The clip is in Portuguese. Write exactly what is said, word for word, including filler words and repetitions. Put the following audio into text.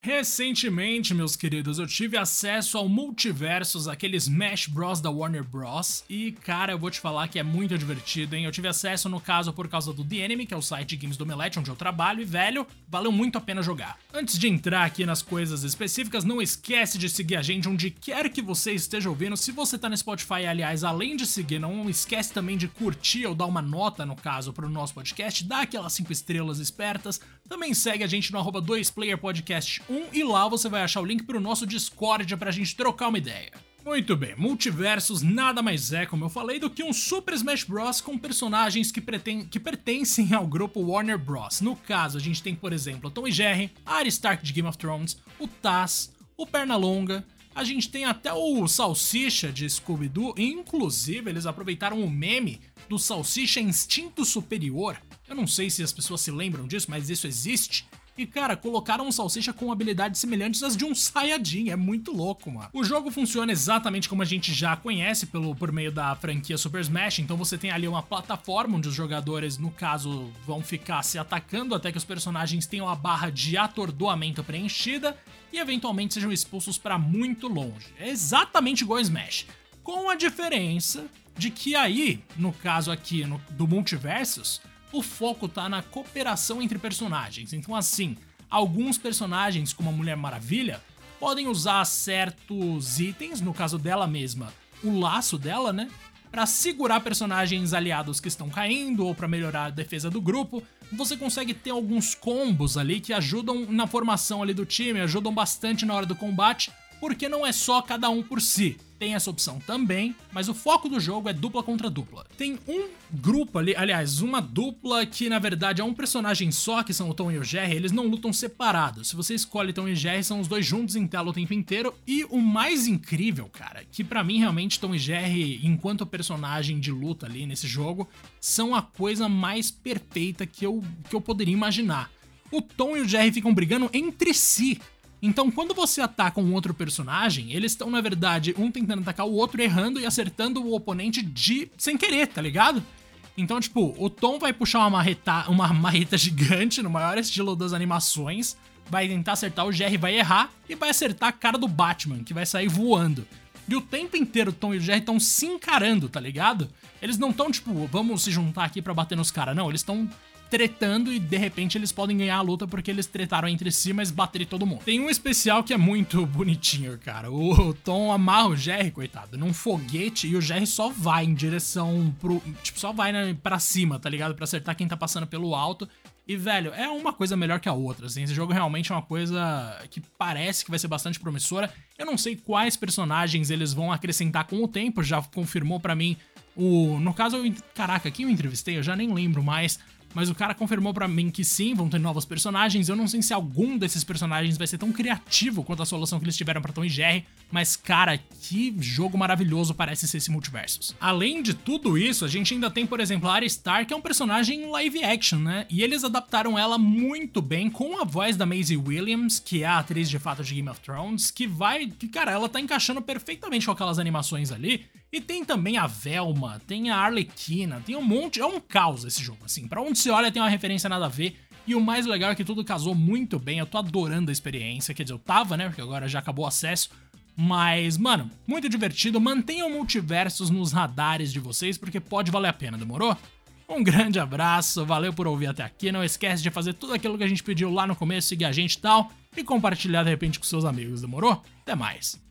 Recentemente, meus queridos, eu tive acesso ao Multiversus, aquele Smash Bros da Warner Bros. E, cara, eu vou te falar que é muito divertido, hein? Eu tive acesso, no caso, por causa do The Enemy, que é o site de games do Omelete, onde eu trabalho, e, velho, valeu muito a pena jogar. Antes de entrar aqui nas coisas específicas, não esquece de seguir a gente onde quer que você esteja ouvindo. Se você tá no Spotify, aliás, além de seguir, não esquece também de curtir ou dar uma nota, no caso, pro nosso podcast, dá aquelas cinco estrelas espertas. Também segue a gente no arroba dois player podcast um e lá você vai achar o link pro nosso Discord pra gente trocar uma ideia. Muito bem, Multiversus nada mais é, como eu falei, do que um Super Smash Bros com personagens que, preten que pertencem ao grupo Warner Bros. No caso, a gente tem, por exemplo, o Tom e Jerry, a Arya Stark de Game of Thrones, o Taz, o Pernalonga, a gente tem até o Salsicha de Scooby-Doo, e inclusive eles aproveitaram o meme do Salsicha Instinto Superior. Eu não sei se as pessoas se lembram disso, mas isso existe. E, cara, colocaram um Salsicha com habilidades semelhantes às de um Saiyajin, é muito louco, mano. O jogo funciona exatamente como a gente já conhece pelo, por meio da franquia Super Smash, então você tem ali uma plataforma onde os jogadores, no caso, vão ficar se atacando até que os personagens tenham a barra de atordoamento preenchida e eventualmente sejam expulsos pra muito longe. É exatamente igual a Smash, com a diferença de que aí, no caso aqui no, do Multiversus, o foco tá na cooperação entre personagens. Então, assim, alguns personagens, como a Mulher Maravilha, podem usar certos itens, no caso dela mesma, o laço dela, né? Pra segurar personagens aliados que estão caindo ou pra melhorar a defesa do grupo. Você consegue ter alguns combos ali que ajudam na formação ali do time, ajudam bastante na hora do combate, porque não é só cada um por si. Tem essa opção também, mas o foco do jogo é dupla contra dupla. Tem um grupo ali, aliás, uma dupla que na verdade é um personagem só, que são o Tom e o Jerry, eles não lutam separados. Se você escolhe Tom e Jerry, são os dois juntos em tela o tempo inteiro. E o mais incrível, cara, que pra mim realmente Tom e Jerry, enquanto personagem de luta ali nesse jogo, são a coisa mais perfeita que eu, que eu poderia imaginar. O Tom e o Jerry ficam brigando entre si. Então, quando você ataca um outro personagem, eles estão, na verdade, um tentando atacar o outro, errando e acertando o oponente de sem querer, tá ligado? Então, tipo, o Tom vai puxar uma marreta, uma marreta gigante, no maior estilo das animações, vai tentar acertar o Jerry, vai errar e vai acertar a cara do Batman, que vai sair voando. E o tempo inteiro o Tom e o Jerry estão se encarando, tá ligado? Eles não estão, tipo, vamos se juntar aqui pra bater nos caras, não, eles estão tretando e de repente eles podem ganhar a luta porque eles tretaram entre si, mas bateram todo mundo. Tem um especial que é muito bonitinho, cara. O Tom amarra o Jerry, coitado, num foguete e o Jerry só vai em direção pro... Tipo, só vai né, pra cima, tá ligado? Pra acertar quem tá passando pelo alto. E, velho, é uma coisa melhor que a outra, assim. Esse jogo realmente é uma coisa que parece que vai ser bastante promissora. Eu não sei quais personagens eles vão acrescentar com o tempo, já confirmou pra mim o... No caso, eu... caraca, quem eu entrevistei? Eu já nem lembro mais. Mas o cara confirmou pra mim que sim, vão ter novos personagens. Eu não sei se algum desses personagens vai ser tão criativo quanto a solução que eles tiveram pra Tom e Jerry. Mas, cara, que jogo maravilhoso parece ser esse Multiversus. Além de tudo isso, a gente ainda tem, por exemplo, a Arya Stark, que é um personagem live action, né? E eles adaptaram ela muito bem com a voz da Maisie Williams, que é a atriz de fato de Game of Thrones, que vai... que, cara, ela tá encaixando perfeitamente com aquelas animações ali. E tem também a Velma, tem a Arlequina, tem um monte... É um caos esse jogo, assim. Pra onde você olha tem uma referência nada a ver. E o mais legal é que tudo casou muito bem. Eu tô adorando a experiência. Quer dizer, eu tava, né? Porque agora já acabou o acesso. Mas, mano, muito divertido. Mantenham Multiversus nos radares de vocês, porque pode valer a pena, demorou? Um grande abraço, valeu por ouvir até aqui. Não esquece de fazer tudo aquilo que a gente pediu lá no começo, seguir a gente e tal. E compartilhar de repente com seus amigos, demorou? Até mais.